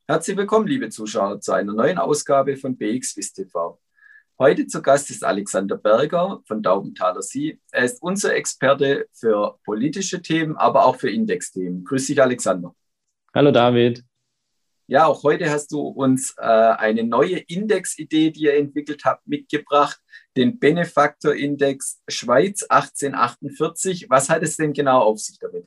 Herzlich willkommen, liebe Zuschauer, zu einer neuen Ausgabe von BXWIST TV. Heute zu Gast ist Alexander Berger von Daubenthaler Sie. Er ist unser Experte für politische Themen, aber auch für Indexthemen. Grüß dich, Alexander. Hallo David. Ja, auch heute hast du uns eine neue Indexidee, die ihr entwickelt habt, mitgebracht, den Benefaktor-Index Schweiz 1848. Was hat es denn genau auf sich damit?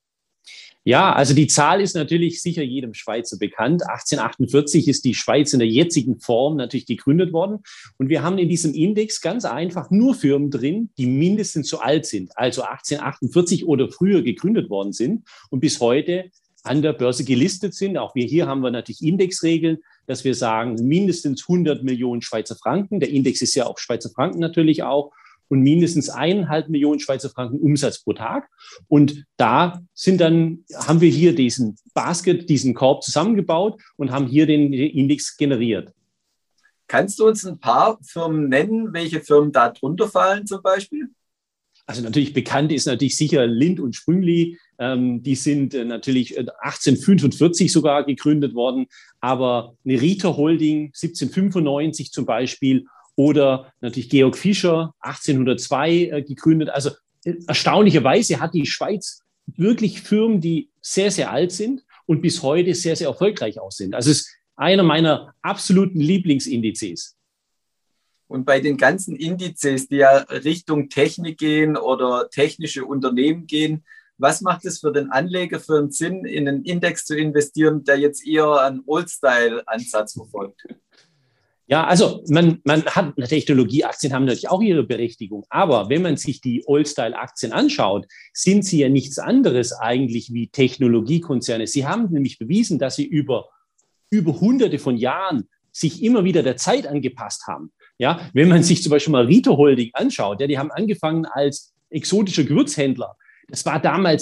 Ja, also die Zahl ist natürlich sicher jedem Schweizer bekannt. 1848 ist die Schweiz in der jetzigen Form natürlich gegründet worden. Und wir haben in diesem Index ganz einfach nur Firmen drin, die mindestens so alt sind, also 1848 oder früher gegründet worden sind und bis heute an der Börse gelistet sind. Auch wir hier haben wir natürlich Indexregeln, dass wir sagen, mindestens 100 Millionen Schweizer Franken. Der Index ist ja auch Schweizer Franken natürlich auch. Und mindestens 1,5 Millionen Schweizer Franken Umsatz pro Tag. Und da haben wir hier diesen Basket, diesen Korb zusammengebaut und haben hier den Index generiert. Kannst du uns ein paar Firmen nennen, welche Firmen da drunter fallen zum Beispiel? Also natürlich bekannt ist natürlich sicher Lindt und Sprüngli. Die sind natürlich 1845 sogar gegründet worden. Aber eine Rieter Holding 1795 zum Beispiel. Oder natürlich Georg Fischer, 1802 gegründet. Also erstaunlicherweise hat die Schweiz wirklich Firmen, die sehr, sehr alt sind und bis heute sehr, sehr erfolgreich auch sind. Also es ist einer meiner absoluten Lieblingsindizes. Und bei den ganzen Indizes, die ja Richtung Technik gehen oder technische Unternehmen gehen, was macht es für den Anleger für einen Sinn, in einen Index zu investieren, der jetzt eher einen Old-Style-Ansatz verfolgt? Ja, also man hat Technologieaktien haben natürlich auch ihre Berechtigung, aber wenn man sich die Old-Style-Aktien anschaut, sind sie ja nichts anderes eigentlich wie Technologiekonzerne. Sie haben nämlich bewiesen, dass sie über Hunderte von Jahren sich immer wieder der Zeit angepasst haben. Ja, wenn man sich zum Beispiel mal Rieter Holding anschaut, ja, die haben angefangen als exotischer Gewürzhändler. Das war damals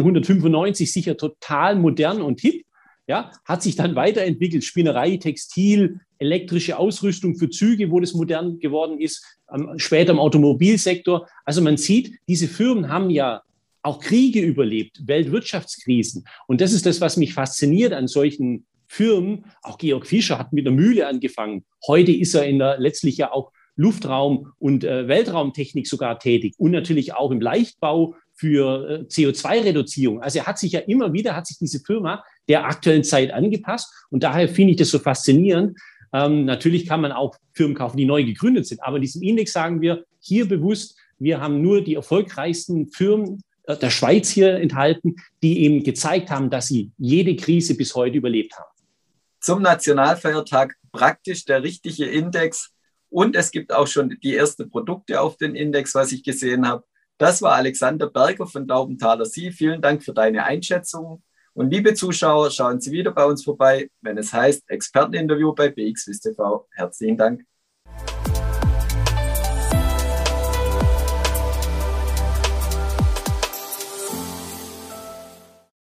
1795 sicher total modern und hip. Ja, hat sich dann weiterentwickelt, Spinnerei, Textil, elektrische Ausrüstung für Züge, wo das modern geworden ist, später im Automobilsektor. Also man sieht, diese Firmen haben ja auch Kriege überlebt, Weltwirtschaftskrisen. Und das ist das, was mich fasziniert an solchen Firmen. Auch Georg Fischer hat mit der Mühle angefangen. Heute ist er letztlich ja auch Luftraum- und Weltraumtechnik sogar tätig und natürlich auch im Leichtbau für CO2-Reduzierung. Also er hat sich ja immer wieder, hat sich diese Firma der aktuellen Zeit angepasst und daher finde ich das so faszinierend. Natürlich kann man auch Firmen kaufen, die neu gegründet sind, aber in diesem Index sagen wir hier bewusst, wir haben nur die erfolgreichsten Firmen der Schweiz hier enthalten, die eben gezeigt haben, dass sie jede Krise bis heute überlebt haben. Zum Nationalfeiertag praktisch der richtige Index und es gibt auch schon die ersten Produkte auf den Index, was ich gesehen habe. Das war Alexander Berger von Daubenthaler Sie. Vielen Dank für deine Einschätzung. Und liebe Zuschauer, schauen Sie wieder bei uns vorbei, wenn es heißt Experteninterview bei BXWIST TV. Herzlichen Dank.